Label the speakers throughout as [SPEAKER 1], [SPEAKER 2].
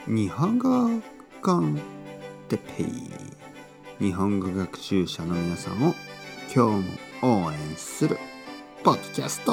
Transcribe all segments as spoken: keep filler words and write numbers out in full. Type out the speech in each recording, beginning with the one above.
[SPEAKER 1] 日本語コンテペイ、日本語学習者の皆さんを今日も応援するポッドキャスト。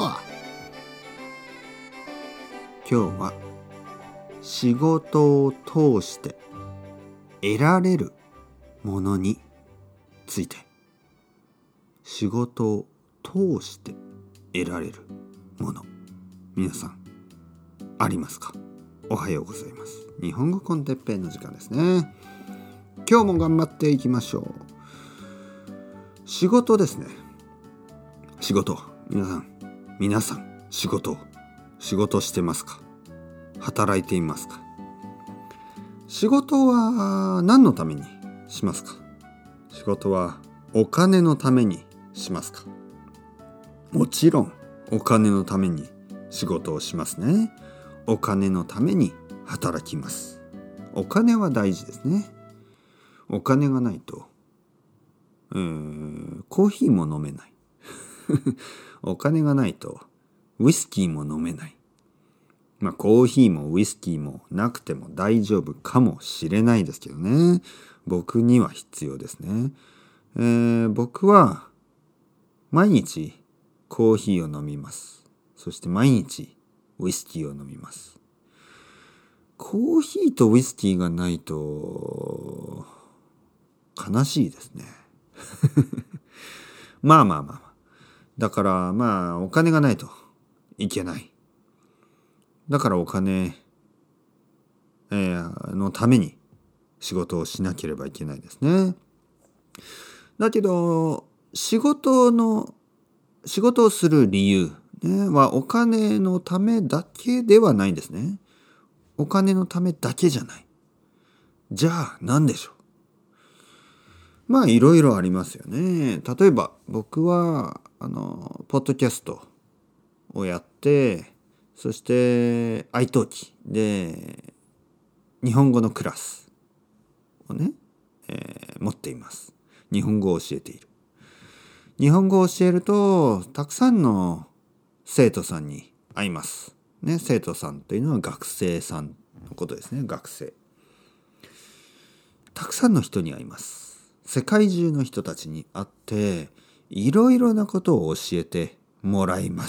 [SPEAKER 1] 今日は仕事を通して得られるものについて。仕事を通して得られるもの、皆さんありますか？おはようございます。日本語コンテッペイの時間ですね。今日も頑張っていきましょう。仕事ですね。仕事、皆さん皆さん仕事仕事してますか？働いていますか？仕事は何のためにしますか？仕事はお金のためにしますか？もちろんお金のために仕事をしますね。お金のために働きます。お金は大事ですね。お金がないと、えー、コーヒーも飲めないお金がないとウイスキーも飲めない。まあコーヒーもウイスキーもなくても大丈夫かもしれないですけどね。僕には必要ですね。えー、僕は毎日コーヒーを飲みます。そして毎日ウイスキーを飲みます。コーヒーとウイスキーがないと悲しいですねまあまあまあだからまあお金がないといけない。だからお金、えー、のために仕事をしなければいけないですね。だけど仕事の仕事をする理由、ね、はお金のためだけではないんですね。お金のためだけじゃない。じゃあ何でしょう。まあいろいろありますよね。例えば僕はあのポッドキャストをやって、そして愛登記で日本語のクラスをね、えー、持っています。日本語を教えている。日本語を教えるとたくさんの生徒さんに会います。ね、生徒さんというのは学生さんのことですね。学生。たくさんの人に会います。世界中の人たちに会っていろいろなことを教えてもらいます。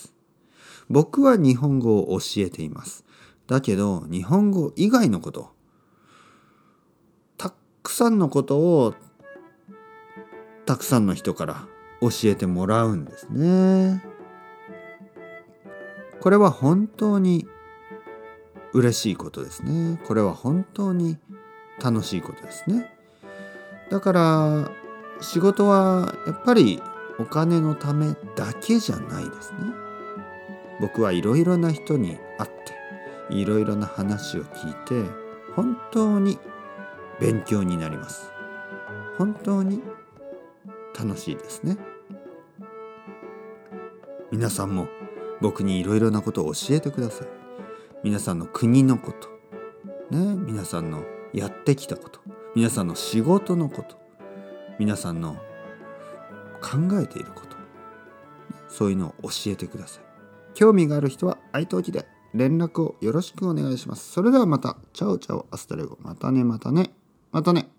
[SPEAKER 1] 僕は日本語を教えています。だけど日本語以外のこと、たくさんのことをたくさんの人から教えてもらうんですね。これは本当に嬉しいことですね。これは本当に楽しいことですね。だから仕事はやっぱりお金のためだけじゃないですね。僕はいろいろな人に会っていろいろな話を聞いて本当に勉強になります。本当に楽しいですね。皆さんも僕にいろいろなことを教えてください。皆さんの国のこと、ね、皆さんのやってきたこと、皆さんの仕事のこと、皆さんの考えていること、そういうのを教えてください。興味がある人は愛登記で連絡をよろしくお願いします。それではまた。チャオチャオアスタレゴ。またねまたねまたね。